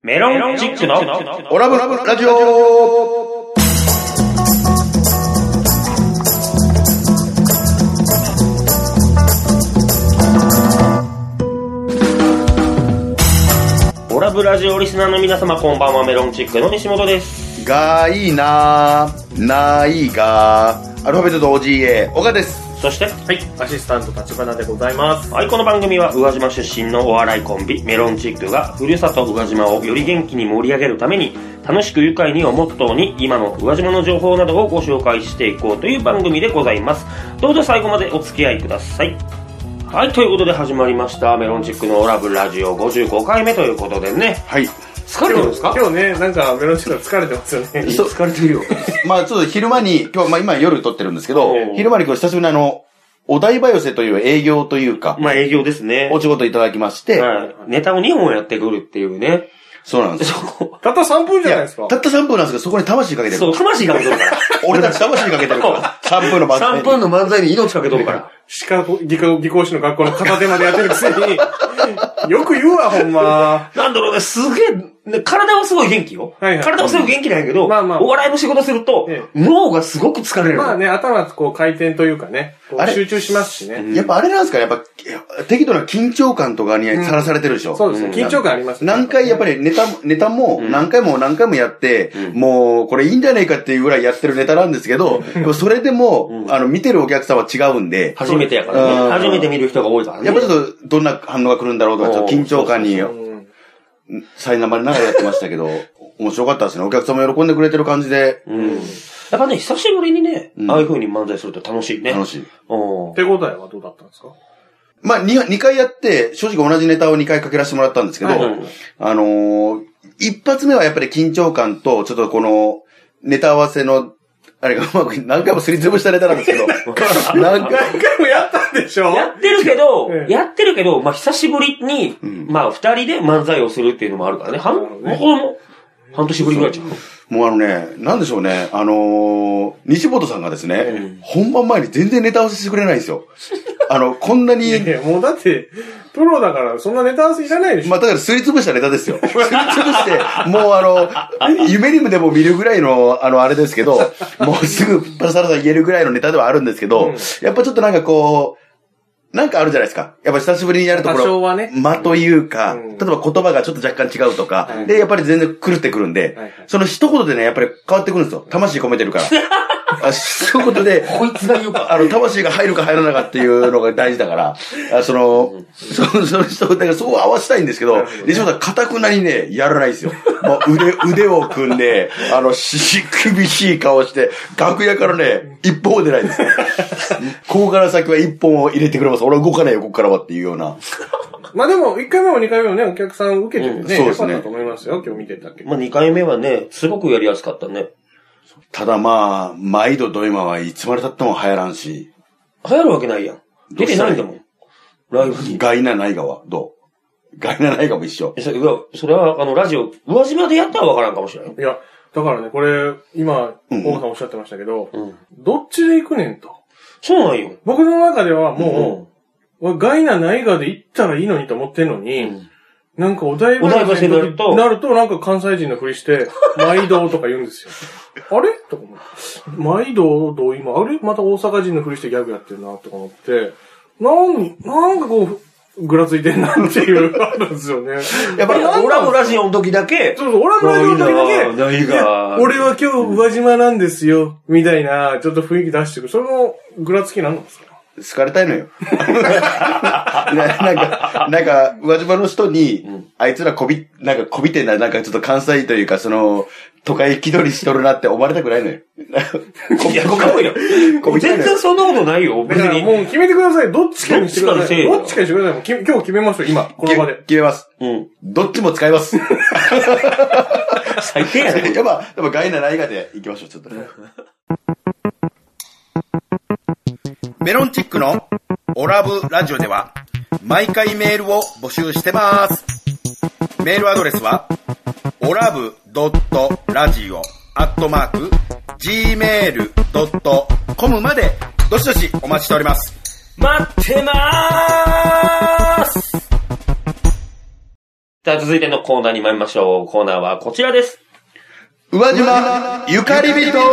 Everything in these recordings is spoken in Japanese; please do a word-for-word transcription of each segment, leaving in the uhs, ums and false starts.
メロンチックのオラブラジオ。 オラブラジオリスナーの皆様、こんばんは。メロンチックの西本です。 がいいなないがアルファベットと オージーエー 岡です。 そして、 はい、アシスタント立花でございます。 はい、この番組は宇和島出身のお笑いコンビメロンチックがふるさと宇和島をより元気に盛り上げるために、楽しく愉快にをモットーに今の宇和島の情報などをご紹介していこうという番組でございます。どうぞ最後までお付き合いください。はい、ということで始まりましたメロンチックのオラブラジオごじゅうごかいめということでね。 はい。 疲れてるんですか？ 今日ね、なんかメロンチック疲れてますよね。 そう、疲れてるよ。 まあちょっと昼間に、今日、まあ今夜撮ってるんですけど、昼間に今日久しぶりにあの、お台場寄せという営業というか、 まあ営業ですね。 お仕事いただきまして、 はい、ネタをにほんやってくるっていうね。 そうなんですよ。 たったさんぷんじゃないですか。 たったさんぷんなんですけど、そこに魂かけてる。 そう、魂かけてるから。 俺たち魂かけてるから。さんぷんの漫才に。 さんぷんの漫才に命かけてるから。 歯科技工技工士の学校の片手までやってるくせに、よく言うわ、ほんま。 なんだろうね、すげえ、体はすごい元気よ。はいはい、体はすごい元気なんやけど、まあまあ、お笑いの仕事すると、ええ、脳がすごく疲れる。 まあね、頭こう回転というかね、集中しますしね。 やっぱあれなんですかね、やっぱ、適度な緊張感とかにさらされてるでしょ。うん、 そうですね、緊張感ありますね。 何回やっぱりネタ、ネタも何回も何回もやって、うん、もうこれいいんじゃないかっていうぐらいやってるネタなんですけど、うん、それでも、うん、あの、見てるお客さんは違うんで。 初めてやからね。初めて見る人が多いからね。 やっぱちょっとどんな反応が来るんだろうとか、ちょっと緊張感に、苛まれながらやってましたけど、面白かったですね。お客さんも喜んでくれてる感じで。 うん、やっぱね、久しぶりにね、うん、ああいう風に漫才すると楽しいね。 楽しい。 手応えはどうだったんですか？ まあ、に、二回やって、正直同じネタをにかいかけらせてもらったんですけど、はいはいはい、あのー、一発目はやっぱり緊張感と、ちょっとこの、ネタ合わせの、あれがうまく何回もすりつぶしたネタなんですけど、 何回もやったんでしょ？ やってるけど、やってるけど、まあ、久しぶりに、うん、まあ、二人で漫才をするっていうのもあるからね。半、ね、も半年ぶりぐらいじゃん。 もうあのね、なんでしょうね、あのー、西本さんがですね、うん、本番前に全然ネタ合わせしてくれないんですよ。あの、こんなに。いやいや、もうだって、プロだから、そんなネタ合わせいらないでしょ。 まあ、だからすりつぶしたネタですよ。すりつぶして、もうあの、夢にでも見るぐらいの、あの、あれですけど、もうすぐパラサラサ言えるぐらいのネタではあるんですけど、うん、やっぱちょっとなんかこう、なんかあるじゃないですか。やっぱ久しぶりにやるところ。 多少はね。 間というか、うん、例えば言葉がちょっと若干違うとか、はい、で、やっぱり全然狂ってくるんで、はいはい、その一言でね、やっぱり変わってくるんですよ。魂込めてるから。あ一言で、 こいつが言うか。 あの、魂が入るか入らないかっていうのが大事だから、あその、その、その人、だからそう合わせたいんですけど、西本さん、固くなにね、やらないですよ。もう腕、腕を組んで、あの、し、厳しい顔して、楽屋からね、一本も出ないです。ここから先は一本を入れてくれます。俺は動かないよ、ここからはっていうような。 まあでも、一回目も二回目もね、お客さん受けててね、うん、 そうですね。 よかったと思いますよ、今日見てたけど。 まあ二回目はね、すごくやりやすかったね。 ただまあ、毎度ドイマはいつまで経っても流行らんし。 流行るわけないやん。出てないんだもん。ライブに。 ガイナナイガはどう？ガイナナイガも一緒。 それそれは、あの、ラジオ、宇和島でやったらわからんかもしれない。 いや、だからね、これ、今、大川さんおっしゃってましたけど、うん、どっちで行くねんと。 そうなんよ。 僕の中ではもう、うん、ガイナナイガで行ったらいいのにと思ってんのに、うんなんかお台場になると、なるとなんか関西人のふりして、毎度とか言うんですよ。あれとか思って。毎度と今、あれまた大阪人のふりしてギャグやってるなとか思って、なん、なんかこう、ぐらついてんなっていう、あるんですよね。 やっぱり、オラブラジオの時だけ、 そうそう、オラブラジオの時だけ、俺は今日宇和島なんですよ、みたいな、ちょっと雰囲気出してくる。そのぐらつきなんなんですか？ 好かれたいのよ。なんか、なんか、宇和島の人に、うん、あいつらこび、なんかこびてんだ、なんかちょっと関西というか、その、都会気取りしとるなって思われたくないのよ。 いや、ごめんよ。全然そんなことないよ。 別に。もう決めてください。どっちかにしてください。どっちかにしてください。今日決めましょう、今、この場で。 決めます。うん。どっちも使います。 最低やね。 やっぱ、やっぱガイナライガで行きましょう、ちょっとね。メロンチックのオラブラジオでは毎回メールを募集してます。メールアドレスはオラブドットラジオアットマークジーメールドットコムまでどしどしお待ちしております。 待ってまーす。 じゃあ続いてのコーナーに参りましょう。コーナーはこちらです。 宇和島ゆかり人。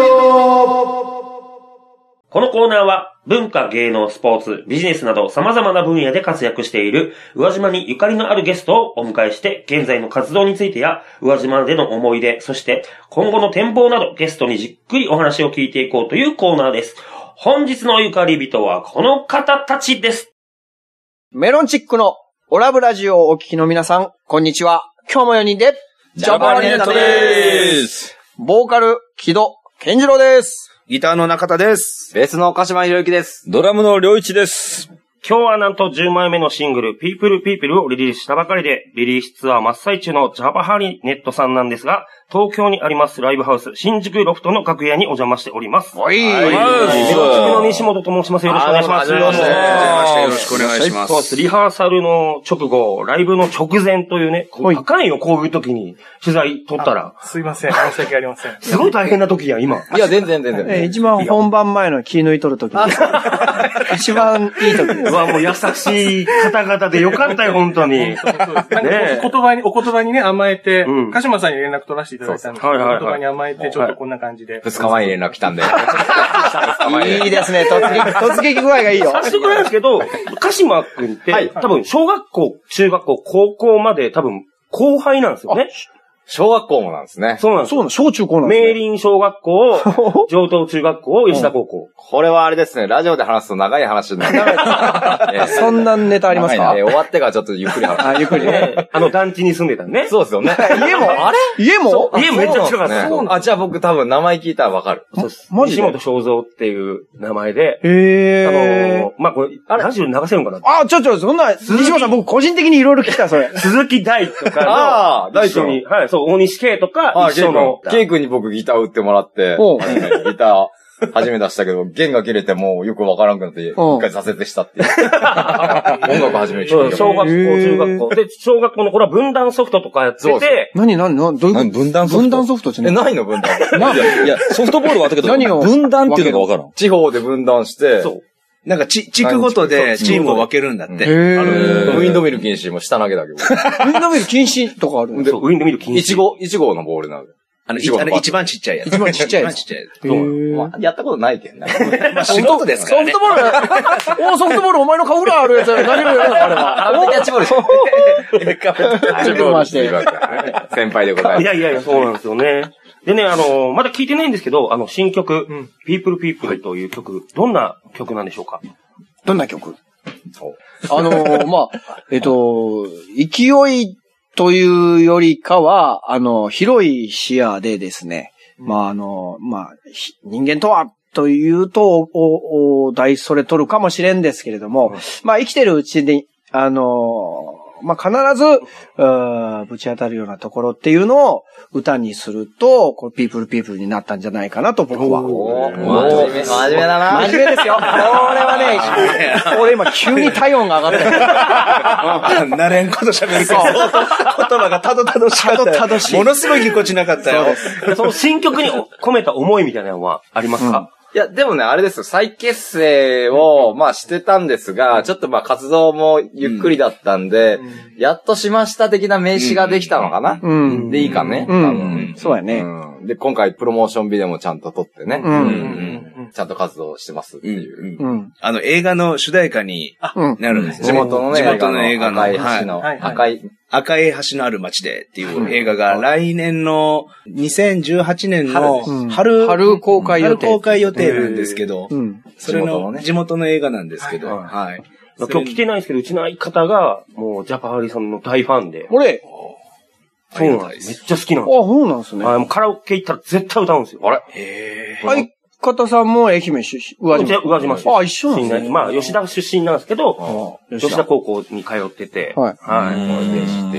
このコーナーは文化、芸能、スポーツ、ビジネスなど様々な分野で活躍している宇和島にゆかりのあるゲストをお迎えして現在の活動についてや宇和島での思い出、そして今後の展望などゲストにじっくりお話を聞いていこうというコーナーです。本日のゆかり人はこの方たちです。 メロンチックのオラブラジオをお聞きの皆さん、こんにちは。今日もよにんで、 ジャパネットでーす。 ボーカル、木戸健次郎です。 ギターの中田です。 ベースの鹿島博之です。 ドラムの良一です。 今日はなんとじゅうまいめのシングル、People People をリリースしたばかりで、リリースツアー真っ最中のジャパハリネットさんなんですが、東京にありますライブハウス、新宿ロフトの楽屋にお邪魔しております。 はい。 メロンチックの西本と申します。よろしくお願いします。 よろしくお願いします。 そうです。リハーサルの直後、ライブの直前というね、あかんよ、こういう時に取材取ったら。 すいません、申し訳ありません。 すごい大変な時や、今。 いや、全然全然。 え、一番本番前の気抜いとる時。一番いい時です。 うわ、もう優しい方々でよかったよ、本当に。ね言葉に、お言葉にね、甘えて、鹿島さんに連絡取らせていただいたんですけど、 はいはい。 言葉に甘えて、ちょっとこんな感じで。 二日前に連絡来たんで。 いいですね、突撃、突撃具合がいいよ。 早速なんですけど、鹿島くんって、多分、小学校、中学校、高校まで多分、後輩なんですよね。 小学校もなんですね。 そうなんです。 そうなの、小中高なんですね。 明林小学校、上東中学校、吉田高校。 これはあれですね、ラジオで話すと長い話になる。 そんなネタありますか？ 終わってからちょっとゆっくり話す。 あ、ゆっくりね。 あの団地に住んでたね。 そうですよね。 家もあれ家も家めっちゃ近かった。 あ、じゃあ僕多分名前聞いたらわかる。 そうです。西本正蔵っていう名前で。 へー。 あの、まあ、これ、ラジオに流せるのかな？ あ、ちょちょ、そんな、西本さん僕個人的にいろいろ聞きたい、それ。 鈴木大とかの。 ああ、大一緒に。はい、そう、大西圭とか、 あ、ケイ君。ケイ君に僕ギター売ってもらって、ギター初め出したけど、弦が切れてもうよくわからんくなって、一回挫折したっていう。音楽始める小学校、中学校。で、小学校の頃は分断ソフトとかやってて。 何何何どういうこと？ 分断ソフト分断ソフトってね。 え、ないの分断。 いや、いや、ソフトボールはあったけど、 何を分断っていうのがわからん。 地方で分断して、 そう。 なんかち、地区ごとでチームを分けるんだって。 へー。 ウィンドミル禁止も下投げだけど。 ウィンドミル禁止とかあるんで、ウィンドミル禁止。 いち号、いち号のボールなの。 あの、一番ちっちゃいやつ。 一番ちっちゃいやつ。 一番ちっちゃいやつ。やったことないけんね。 まあ仕事ですからね。 ソフトボール、おソフトボールお前のカフラーあるやつ投げるよね、あれは。 キャッチボール。 キャッチボール回して。 先輩でございます。 いやいやいや、そうなんですよね。でね、あの、まだ聞いてないんですけど、あの、新曲、People People という曲、どんな曲なんでしょうか？ どんな曲？あのー、まあ、えっと、勢いというよりかは、あの、広い視野でですね、まあ、あの、まあ、人間とは、というと、お、お、大それ取るかもしれんですけれども、まあ、生きてるうちに、あの、まあ、必ず、ぶち当たるようなところっていうのを歌にすると、これ、ピープルピープルになったんじゃないかなと僕は。 お真面目、真面目だな。 真面目ですよ。これはね、俺今急に体温が上がってる。 慣れんこと喋るけど、言葉がたどたどしかった。たどたどしい。ものすごいぎこちなかったよ。 その新曲に込めた思いみたいなのはありますか？ いや、でもね、あれですよ、再結成を、まあしてたんですが、ちょっとまあ活動もゆっくりだったんで、うん、やっとしました的な名詞ができたのかな、うん、でいいかね、 うん、そうやね、 うん。で、今回プロモーションビデオもちゃんと撮ってね、うんうん、ちゃんと活動してますっていう。 うんうん、あの、映画の主題歌になるんですよ、ね。地元のね、 地元の映画の赤い橋の、はい、赤い、 赤い橋のある街でっていう映画が来年のにせんじゅうはちねんの春、 春公開予定。 春公開予定なんですけど、それの地元の映画なんですけど、はい。 今日来てないんですけど、うちの相方がもうジャパハリさんの大ファンで。 俺そうなんです。めっちゃ好きなんです。 あ、そうなんですね。 あ、もうカラオケ行ったら絶対歌うんですよ。 あれへー。相方さんも愛媛出身、 宇和島。宇和島出身。 あ、一緒なんですね。 まあ、吉田出身なんですけど、吉田高校に通ってて、 はい。 はい。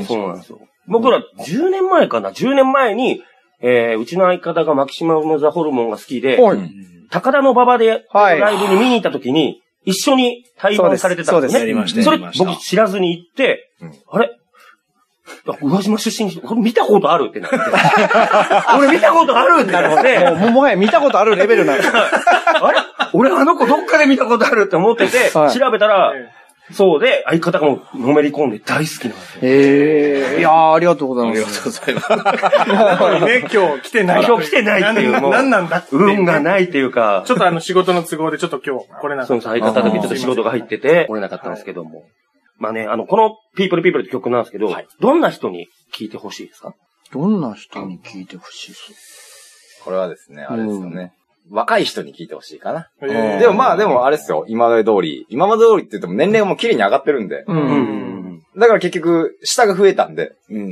そうなんですよ。僕らじゅうねんまえかな、じゅうねんまえに、えー、うちの相方がマキシマムザホルモンが好きで、はい、高田の馬場でライブに見に行った時に、一緒に対バンされてたんですね。 そうです、やりました。 それ、僕知らずに行って、うん、あれ宇和島出身、これ見たことあるってなって。俺見たことあるってなって。 もう、もはや見たことあるレベルなんです。 あれ俺あの子どっかで見たことあるって思ってて、はい、調べたら、 そうで、相方がもうのめり込んで大好きなんですよ。 ええー、いやー、ありがとうございます。 ありがとうございます。 ね、今日来てない。 今日来てないっていう、もう。 何なんだって。 運がないっていうか。 ちょっとあの仕事の都合でちょっと今日来れなかった。 そうです、相方だけちょっと仕事が入ってて、来れなかったんですけども。まあね、あの、この People People って曲なんですけど、どんな人に聴いてほしいですか？ どんな人に聴いてほしい？ これはですね、あれですよね。若い人に聞いてほしいかな。でもまあでもあれですよ、今まで通り。今まで通りって言っても年齢がもう綺麗に上がってるんで。うん、だから結局、下が増えたんで。うん、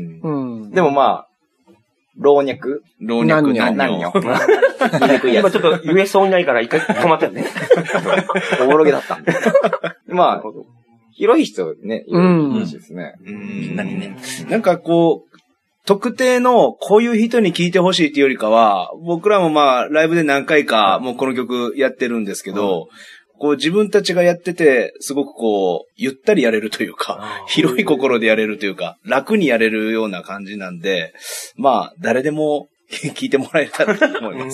でもまあ、老若老若男女。 今ちょっと言えそうにないから一回止まったよね。 おぼろげだったんで。まあ、広い人ね、いいですね。 みんなにね。なんかこう、特定のこういう人に聴いてほしいっていうよりかは、僕らもまあライブで何回かもうこの曲やってるんですけど、うん、こう自分たちがやっててすごくこうゆったりやれるというか、広い心でやれるというか、楽にやれるような感じなんで、まあ誰でも聞いてもらえたらと思います。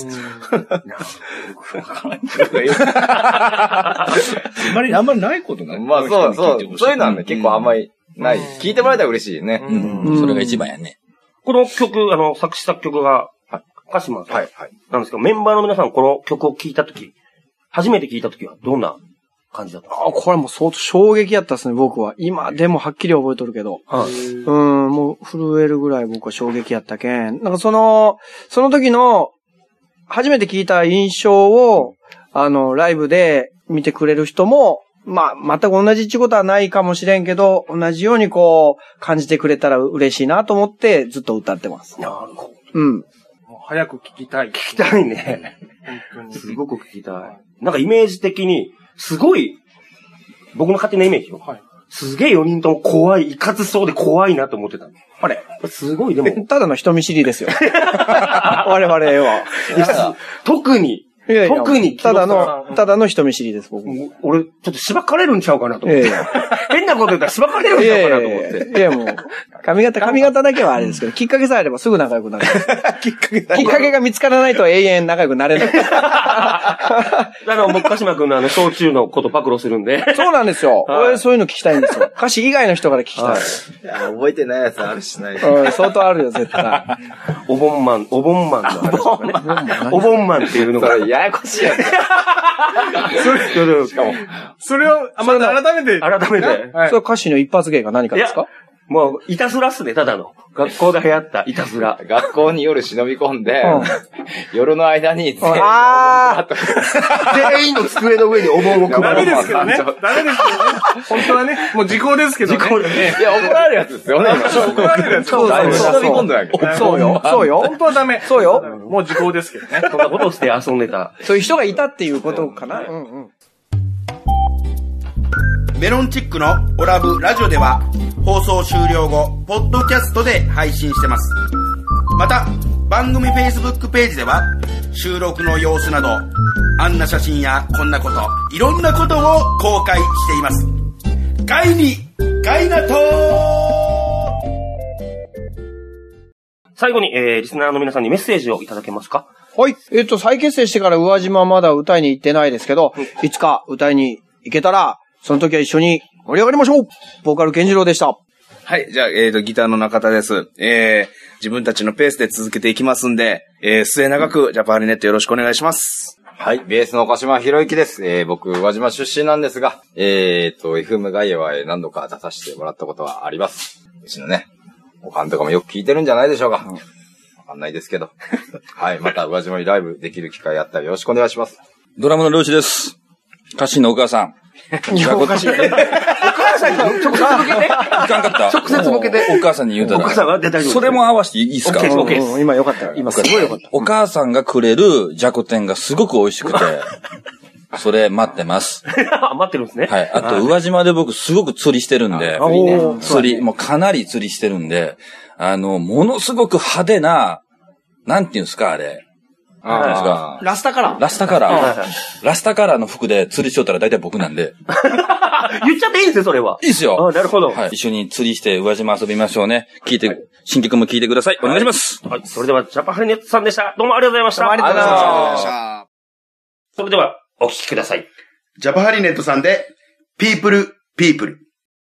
あんまり、あんまりないことない。 まあそうそう。そういうのはね、結構あんまりない。聞いてもらえたら嬉しいね。 それが一番やね。 この曲、あの、作詞作曲が、鹿島さん。はい、はい。なんですけど、メンバーの皆さん、この曲を聴いたとき、初めて聴いたときはどんな感じだったんですか？ あ、これもう相当衝撃やったですね、僕は。今でもはっきり覚えとるけど。はい。うん、もう震えるぐらい僕は衝撃やったけん。なんかその、その時の、初めて聴いた印象を、あの、ライブで見てくれる人も、まあ、全く同じってことはないかもしれんけど、同じようにこう、感じてくれたら嬉しいなと思ってずっと歌ってます。 なるほど。 うん。 もう早く聞きたい。 聞きたいね。本当に。すごく聞きたい。なんかイメージ的に、すごい、僕の勝手なイメージよ。はい。すげえよにんとも怖い、いかつそうで怖いなと思ってたの。あれすごいでも。 ただの人見知りですよ。我々は。 特に。 いやいや特に、ただの、ただの人見知りです、僕。 俺、ちょっとしばかれるんちゃうかなと思って。変なこと言ったらしばかれるんちゃうかなと思って。 いや、もう、髪型、髪型だけはあれですけど、きっかけさえあればすぐ仲良くなる。きっかけきっかけが見つからないと永遠仲良くなれない。 あの、僕、鹿島くんのあの、小中のこと暴露するんで。 そうなんですよ。俺、そういうの聞きたいんですよ。歌詞以外の人から聞きたい。 いや、覚えてないやつあるしない。 うん、相当あるよ、絶対。 お盆マン、お盆マンの話とかね。お盆マンっていうのが。 ややこしいやつ。 それ、しかも。 それを、また改めて。 改めて。 それ歌詞の一発芸が何かですか？ もう、いたずらっすね、ただの。学校で流行ったいたずら。 学校に夜忍び込んで、うん、夜の間に全員、 あ全員の机の上にお盆を配る。 ダメですけどね。ダメですけどね。本当はね、もう時効ですけどね。時効でね。いや、怒られるやつですよね。 怒られるやつ。 そうだいぶ忍び込んだやけど。 そうよ。そうよ。 本当はダメ。 そうよ。 もう時効ですけどね。 そんなことをして遊んでた。 そういう人がいたっていうことかな。うんうん。 メロンチックのオラブラジオでは放送終了後ポッドキャストで配信してます。また番組 Facebook ページでは収録の様子などあんな写真やこんなこといろんなことを公開しています。ガイにガイナトー。 最後に、えー、リスナーの皆さんにメッセージをいただけますか？ はい。えっと、再結成してから宇和島まだ歌いに行ってないですけど、いつか歌いに行けたら、その時は一緒に盛り上がりましょう。ボーカル健次郎でした。 はい。じゃあ、えっと、ギターの中田です。えー、自分たちのペースで続けていきますんで、えー、末永くジャパンハリネットよろしくお願いします。 はい。ベースの岡島博之です。えー、僕、宇和島出身なんですが、えーと、エフエム ガイアは何度か出させてもらったことはあります。うちのね、おかんとかもよく聞いてるんじゃないでしょうか。うん、わかんないですけど。はい。また、宇和島にライブできる機会あったらよろしくお願いします。 ドラムの漁師です。歌詞のお母さん。 いや、おかしいね。 お母さんに直接向けていかんかった。 直接向けて。 お母さんに言うたら。 お母さんは大丈夫。 それも合わせていいですか？ OK です、OK です。 今よかったよ。今すごいよかった。 お母さんがくれるじゃこ天がすごく美味しくて、それ待ってます。 待ってるんですね。 はい。あと、宇和島で僕すごく釣りしてるんで、釣り、もうかなり釣りしてるんで、あの、ものすごく派手な、なんていうんですか、あれ。 あラスタカラーラスタカラー。ラスタカラーの服で釣りしよったら大体僕なんで。 言っちゃっていいんですよ、それは。 いいですよ。 あ、なるほど。 はい。一緒に釣りして宇和島遊びましょうね。聞いて、はい、新曲も聞いてください。お願いします。 はい。それでは、ジャパンハリネットさんでした。どうもありがとうございました。 ありがとうございました。 それでは、お聞きください。 ジャパンハリネットさんで、People ピープル。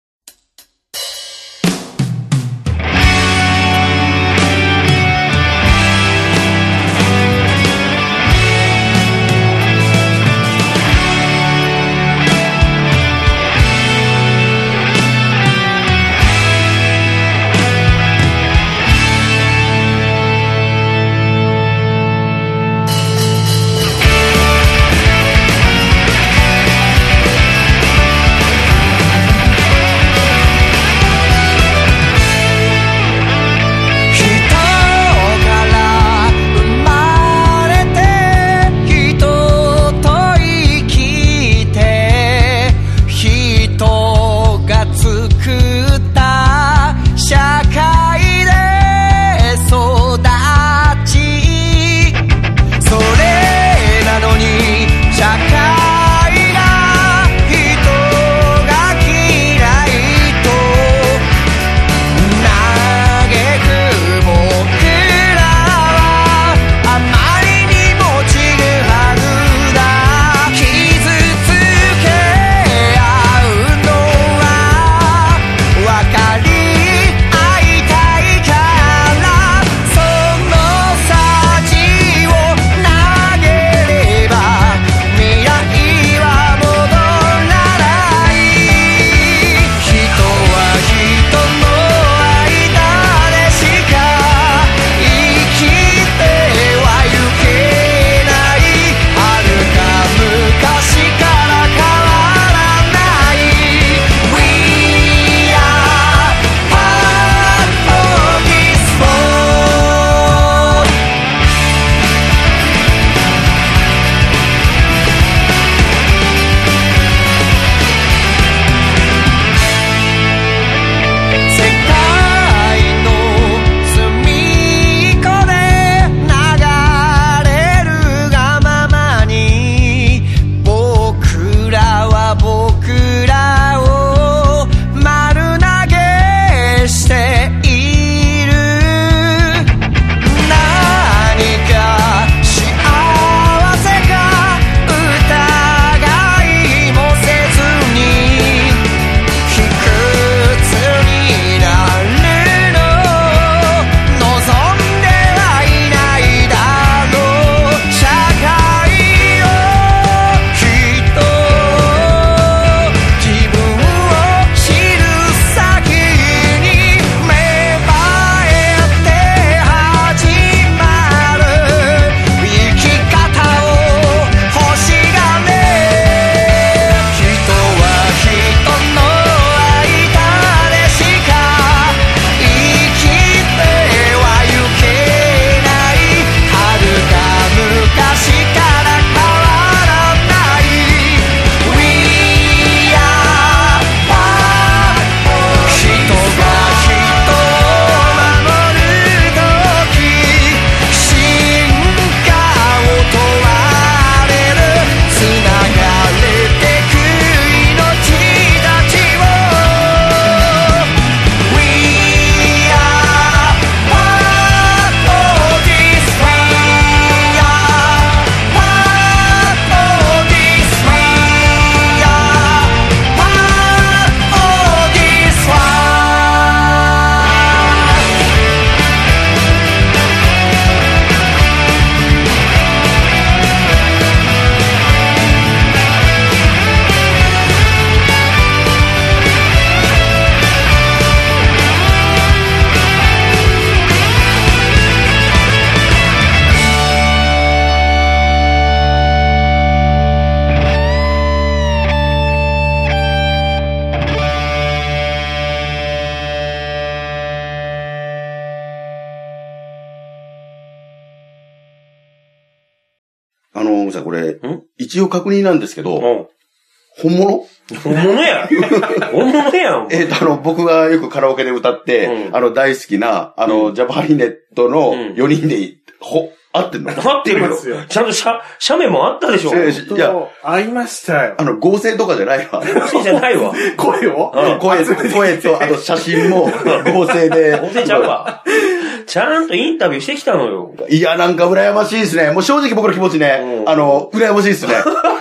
あのさ、これ、一応確認なんですけど、本物本物や本物やん。 えっと、あの、僕がよくカラオケで歌って、うん、あの、大好きな、あの、うん、ジャパリネットのよにんで、ほ、合ってんの合ってるよ。ちゃんと写、写メもあったでしょ。 いや、合いましたよ。 あの、合成とかじゃないわ。 合成じゃないわ。 声を声、声と、あと写真も合成で。 合成ちゃうわ。ちゃんとインタビューしてきたのよ。 いや、なんか羨ましいですね。もう正直僕の気持ちね、うん、あの、羨ましいですね。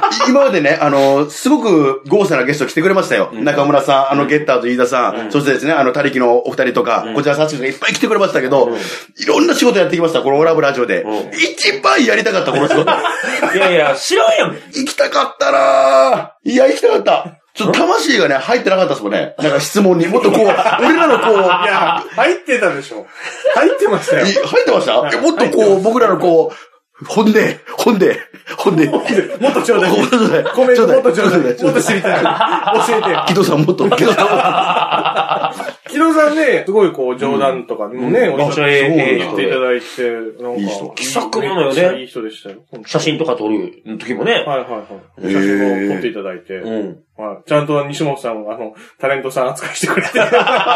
今までね、あの、すごく豪華なゲスト来てくれましたよ。うん、中村さん、あの、ゲッターと飯田さん、うん、そしてですね、あの、他力のお二人とか、うん、こちらさちがいっぱい来てくれましたけど、うん、いろんな仕事やってきました、このオラブラジオで。うん、一番やりたかった、この仕事。 いやいや、知らんやん。 行きたかったなぁ。いや、行きたかった。ちょっと魂がね、入ってなかったですもんね。なんか質問にもっとこう、俺らのこう。いや、入ってたでしょ。入ってましたよ。 入ってました、はい、もっとこう、僕らのこう、本音、本音、本音。もっとちょうだい。もっとちょうだい。コメントもっとちょうだい。もっと知りたい。教えて。 木戸さんもっと、木戸さんもっと。 木戸さんね、すごいこう、冗談とかもね、おっしゃって言っていただいて、なんか、 いい人。気さくなのよね。 いい人でしたよ。 写真とか撮る時もね。はいはいはい。写真を撮っていただいて。うん。ちゃんと西本さんを、あの、タレントさん扱いしてくれて。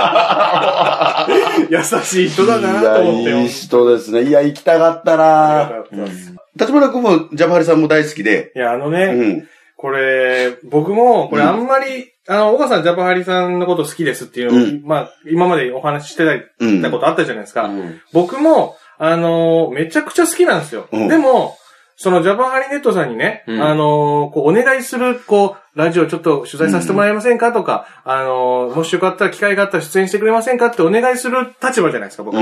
優しい人だなと思って。 いい人ですね。いや、行きたかったな立花君もジャパハリさんも大好きで。 いや、あのね、うん、これ、僕も、これあんまり、うん、あの、岡さんジャパハリさんのこと好きですっていうのを、うん、まあ、今までお話ししてたことあったじゃないですか。うん、僕も、あの、めちゃくちゃ好きなんですよ。うん、でも、そのジャパハリネットさんにね、うん、あの、こう、お願いする、こう、ラジオちょっと取材させてもらえませんかとか、うん、あの、もしよかったら機会があったら出演してくれませんかってお願いする立場じゃないですか、僕。うん、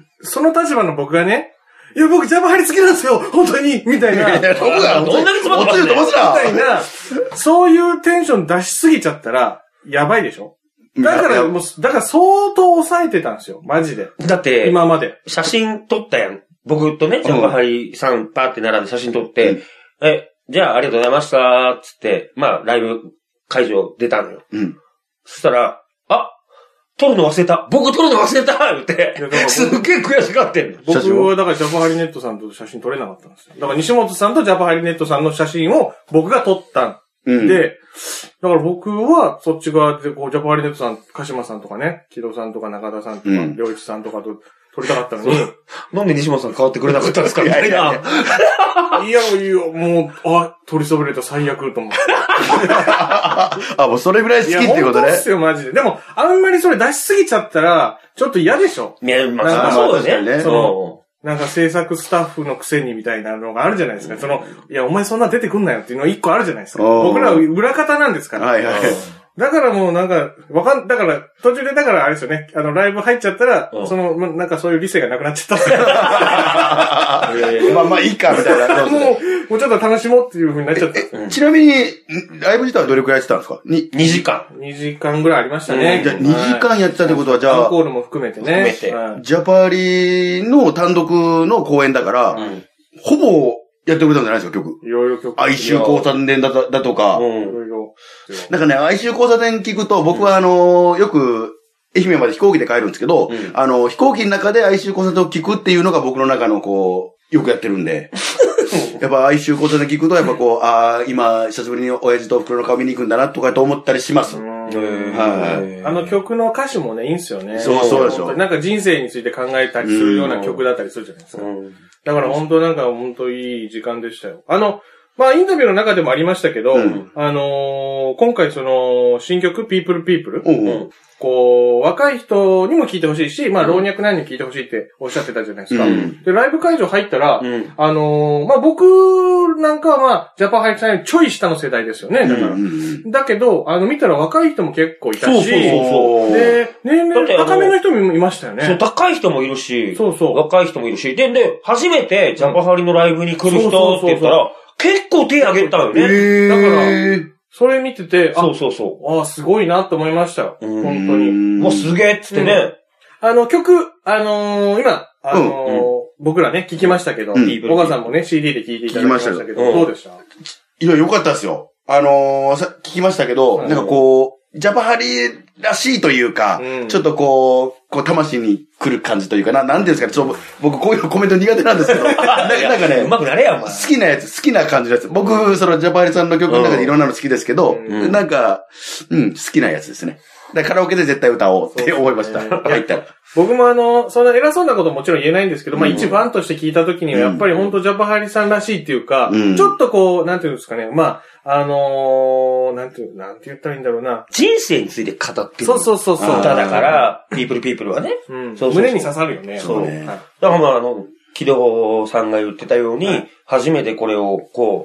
その立場の僕がね、いや、僕、ジャパハリ好きなんですよ本当にみたいな。いや、 僕が、どんなにつまってると思ってたみたいな、そういうテンション出しすぎちゃったら、やばいでしょだから、もう、だから相当抑えてたんですよ。マジで。 だって、 今まで。 写真撮ったやん。僕とね、ジャパハリさんパーって並んで写真撮って、うん、え、じゃあありがとうございました、つって、まあ、ライブ会場出たのよ。うん。そしたら、あ撮るの忘れた僕撮るの忘れた言って、すっげえ悔しがってんの。 僕はだからジャパハリネットさんと写真撮れなかったんですよ。だから西本さんとジャパハリネットさんの写真を僕が撮ったんで、うん、だから僕はそっち側でこうジャパハリネットさん、鹿島さんとかね、木戸さんとか中田さんとか、良一さんとかと撮りたかったのに。 なんで西本さん変わってくれなかったんですかみたいな。いやいや、いや、もう、あ、撮りそびれた最悪と思って。 あ、もうそれぐらい好きっていうことね。いや、本当ですよ、マジで。でも、あんまりそれ出しすぎちゃったら、ちょっと嫌でしょ。 いや、まあ、そうだね。 その、なんか制作スタッフのくせにみたいなのがあるじゃないですか。その、いや、お前そんな出てくんなよっていうのが一個あるじゃないですか。僕らは裏方なんですから。はいはい。だからもうなんか、わかん、だから、途中でだからあれですよね、あの、ライブ入っちゃったら、その、なんかそういう理性がなくなっちゃった。 まあまあいいか、みたいな。 もう、もうちょっと楽しもうっていう風になっちゃった。 ちなみに、ライブ自体はどれくらいやってたんですか？ に、にじかん。にじかんぐらいありましたね。 じゃあにじかんやってたってことは、じゃあ、 アンコールも含めてね。 含めて。 ジャパリの単独の公演だから、ほぼ、やってくれたんじゃないですか、曲。 いろいろ曲。 哀愁交差点だと、だとか。うん。いろいろ。なんかね、哀愁交差点聞くと、僕はあの、よく、愛媛まで飛行機で帰るんですけど、うん、あの、飛行機の中で哀愁交差点を聞くっていうのが僕の中のこう、よくやってるんで。やっぱ哀愁交差点聞くと、やっぱこう、ああ、今、久しぶりに親父と袋の顔見に行くんだな、とかと思ったりします。 はい。あの曲の歌詞もね、いいんすよね。 そうそうでしょ。 なんか人生について考えたりするような曲だったりするじゃないですか。だから本当なんか本当いい時間でしたよ。あの、まあインタビューの中でもありましたけど、うん、あのー、今回その新曲 People People、うんうん、こう若い人にも聴いてほしいし、まあ老若男女に聴いてほしいっておっしゃってたじゃないですか。うん、でライブ会場入ったら、うん、あのー、まあ僕なんかはまあジャパハイさんよりちょい下の世代ですよね。だから、うん、だけどあの見たら若い人も結構いたし、そうそうそうで年齢高めの人もいましたよね。 そう高い人もいるし、 そうそう若い人もいるし、でで初めてジャパハリのライブに来る人って言ったら。結構手挙げたよね。 だから、それ見てて、 あ、そうそうそう。 あ、すごいなって思いましたよ。本当に。 もうすげえっつってね。 うん、あの、曲、あのー、今、あのーうん、僕らね、聞きましたけど、小川さんもね、シーディー で聞いていただきましたけど、どうでした？ いや、よかったですよ。あのー、さ、聞きましたけど、なんかこう、ジャパハリらしいというか、うん、ちょっとこう、こう、魂に来る感じというかな、なんていうんですかね、ちょっと、僕こういうコメント苦手なんですけど、な, なんかね、 うまくなれや、お前。 好きなやつ、好きな感じのやつ。僕、そのジャパハリさんの曲の中でいろんなの好きですけど、うん、なんか、うん、好きなやつですね。だからカラオケで絶対歌おうって思いました。ね、入ったら。 僕もあの、そんな偉そうなことももちろん言えないんですけど、うん、まあ一ファンとして聞いたときにはやっぱり本当ジャパハリさんらしいっていうか、うん、ちょっとこう、なんていうんですかね、まあ、あのー、なんていう、なんて言ったらいいんだろうな。 人生について語ってる。 そうそうそうそう。 歌だから、ピープルピープルはね。 うん。そうそうそう胸に刺さるよね。 そう。ね、だからまああの、木戸さんが言ってたように、はい、初めてこれをこう、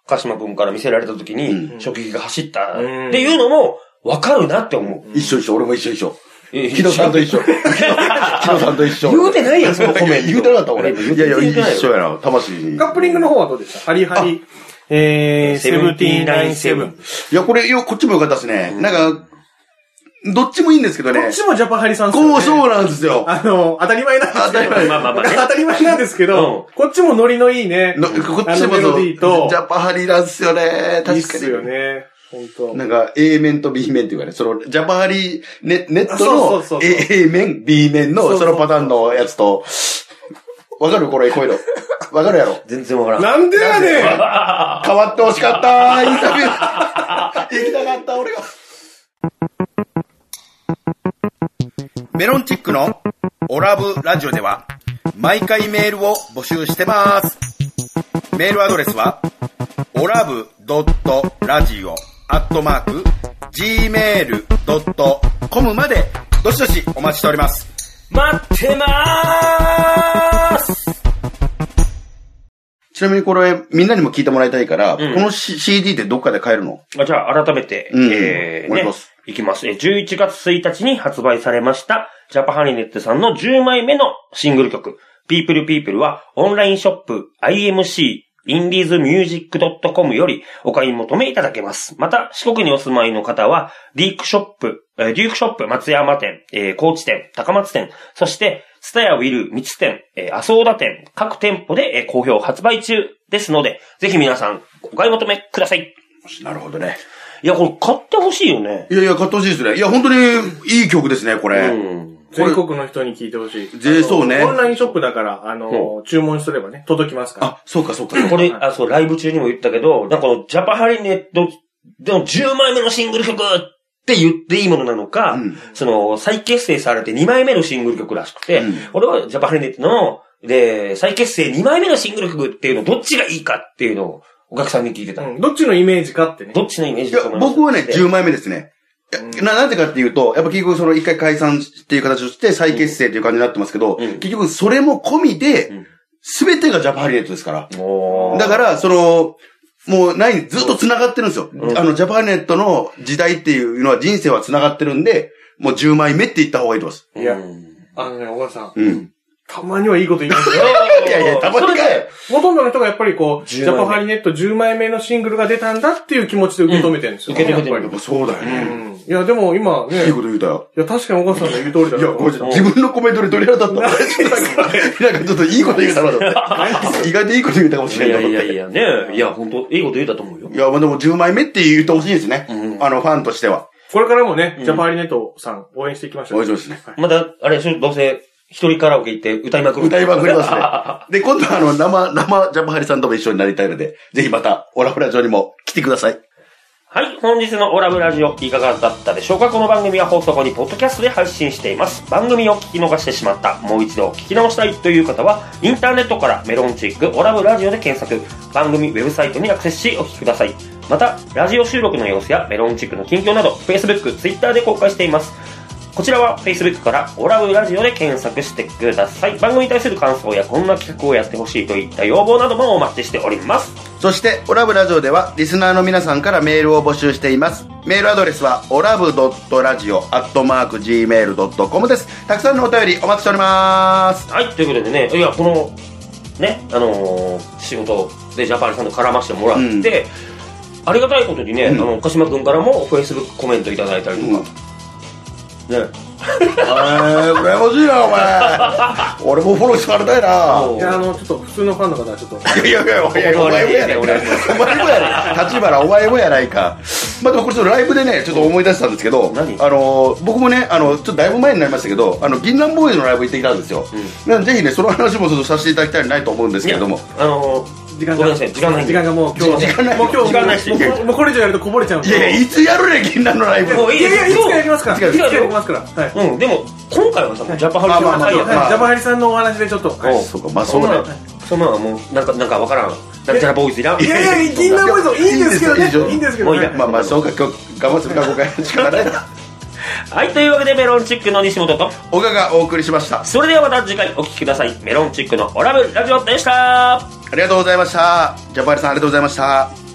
鹿島君から見せられた時に、衝撃が走ったっていうのも、わかるなって思う。 一緒一緒、俺も一緒一緒。木戸さんと一緒。木戸さんと一緒。 言うてないやん、そのコメント。 言うてなかった俺。いやいや、一緒やな、魂に。 カップリングの方はどうでした？ハリハリ、えー、セブンティーンナインセブン。 いや、これ、こっちもよかったですね。なんか、どっちもいいんですけどね。 こっちもジャパハリさんですよね。 こう、そうなんですよ。 あの、当たり前なんですけど。 当たり前。 まあまあまあ、ね。 当たり前なんですけど、うん、こっちもノリのいいね。 のこっちもそう。ジャパハリなんですよね。確かに。いいっすよね。本当。 なんか A 面と B 面っていうかね、その、ジャパハリネ、ネットの A 面、B 面のそのパターンのやつと、わかるこれ、こういうの。わかるやろ全然わからん。 なんでやねん変わってほしかったインタビュー行きたかった俺が。メロンチックのオラブラジオでは毎回メールを募集してます。メールアドレスはオラブドットラジオアットマーク ジーメールドットコム までどしどしお待ちしております。 待ってまーす。 ちなみにこれみんなにも聞いてもらいたいから、うん、この シーディー ってどっかで買えるの？ あ、じゃあ改めて、うん、えー、ね、いきます。じゅういちがつついたちに発売されました、ジャパハリネットさんのじゅうまいめのシングル曲、People People はオンラインショップ アイエムシー、インディーズミュージックドットコム よりお買い求めいただけます。また、四国にお住まいの方は、ディークショップ、デュークショップ松山店、えー、高知店、高松店、そして、スタヤウィル三つ店、えー、アソーダ店、各店舗で、えー、好評発売中ですので、ぜひ皆さんお買い求めください。 なるほどね。 いや、これ買ってほしいよね。 いやいや、買ってほしいですね。いや、本当にいい曲ですね、これ。うん、 全国の人に聞いてほしい。 ぜそうね。 オンラインショップだから、あの、注文すればね、届きますから。 あ、そうかそうか。 これ、あ、そう、ライブ中にも言ったけど、なんかこのジャパハリネットでのじゅうまいめのシングル曲って言っていいものなのか、うん、その、再結成されてにまいめのシングル曲らしくて、うん、これはジャパハリネットの、で、再結成にまいめのシングル曲っていうの、どっちがいいかっていうのを、お客さんに聞いてた、うん。 どっちのイメージかってね。 どっちのイメージか。僕はね、じゅうまいめですね。うん、な、なぜかっていうと、やっぱ結局その一回解散っていう形をして再結成っていう感じになってますけど、うん、結局それも込みで、すべてがジャパハリネットですから。うん、だから、その、もうない、ずっと繋がってるんですよ。うん、あの、ジャパハリネットの時代っていうのは人生は繋がってるんで、もうじゅうまいめって言った方がいいと思います。 いや、あのね、小川さん。うん。たまにはいいこと言いますよ。 いやいや、たまにかよ。 ほとんどの人がやっぱりこう、ジャパハリネットじゅうまいめのシングルが出たんだっていう気持ちで受け止めてるんですよ。 受け止めてる。 やっぱそうだよね。うん。 いや、でも今ね。 いいこと言うたよ。 いや、確かに小川さんの言う通りだいや、ごめんなさい。自分のコメントで取り払ったった。なんかちょっといいこと言うたなと思って。意外といいこと言うたかもしれない。 いやいやいや、ね。いや、本当いいこと言うたと思うよ。 いや、まあでもじゅうまいめって言ってほしいですね。あの、ファンとしては。 これからもね、ジャパハリネットさん応援していきましょう。 応援しますね。 まだ、あれ、どうせ、一人カラオケ行って歌いまくる。 歌いまくりますね。で、今度はあの、生、生ジャパハリさんとも一緒になりたいので、ぜひまた、オラブラジオにも来てください。 はい、本日のオラブラジオいかがだったでしょうか。この番組は放送後にポッドキャストで配信しています。番組を聞き逃してしまった、もう一度聞き直したいという方は、インターネットからメロンチックオラブラジオで検索、番組ウェブサイトにアクセスしお聞きください。また、ラジオ収録の様子やメロンチックの近況など、Facebook、Twitter で公開しています。こちらは Facebook からオラブラジオで検索してください。番組に対する感想やこんな企画をやってほしいといった要望などもお待ちしております。 そしてオラブラジオではリスナーの皆さんからメールを募集しています。メールアドレスはオラブドットラジオアットマークジーメールドットコム です。たくさんのお便りお待ちしております。 はい、ということでね、いやこのねあのー、仕事でジャパハリさんと絡ましてもらって、うん、ありがたいことにね、うん、あの鹿島君からも Facebook コメントいただいたりとか。うんねえ、 羨ましいな、お前。俺もフォローしてもらいたいな。 いや、あの、ちょっと普通のファンの方はちょっと。 いやいやいや、お前もやないか。お前もやない。立花、お前もやないか。まあ、でもこれちょっとライブでね、ちょっと思い出したんですけど、あの、僕もね、あの、ちょっとだいぶ前になりましたけど、あの、銀杏ボーイズのライブ行ってきたんですよ。なので、ぜひね、その話もちょっとさせていただきたいないと思うんですけれども。 あの、時間がない。時間ない。 時間がもう今日、 時間ない。 もう今日、時間ないし。もうこれ以上やるとこぼれちゃうんで。 いやいや、いつやるね、銀杏のライブ。 いやいや、いつかやりますから。いつかやりますから。はい。 うん、でも、今回はさ、ジャパハリさんの回やから。 ジャパハリさんのお話でちょっと。 そうか、まあそうだ。 そのままもう、なんか、なんかわからん。なんちゃらボーイズいらん。 いやいや、銀杏ボーイズいいんですけどね。いいんですけどね。 まあまあ、そうか、今日、我慢するか、今回、仕方ないな。 はい、というわけでメロンチックの西本と小川がお送りしました。 それではまた次回お聞きください。メロンチックのオラブラジオでした。 ありがとうございました。ジャパハリさんありがとうございました。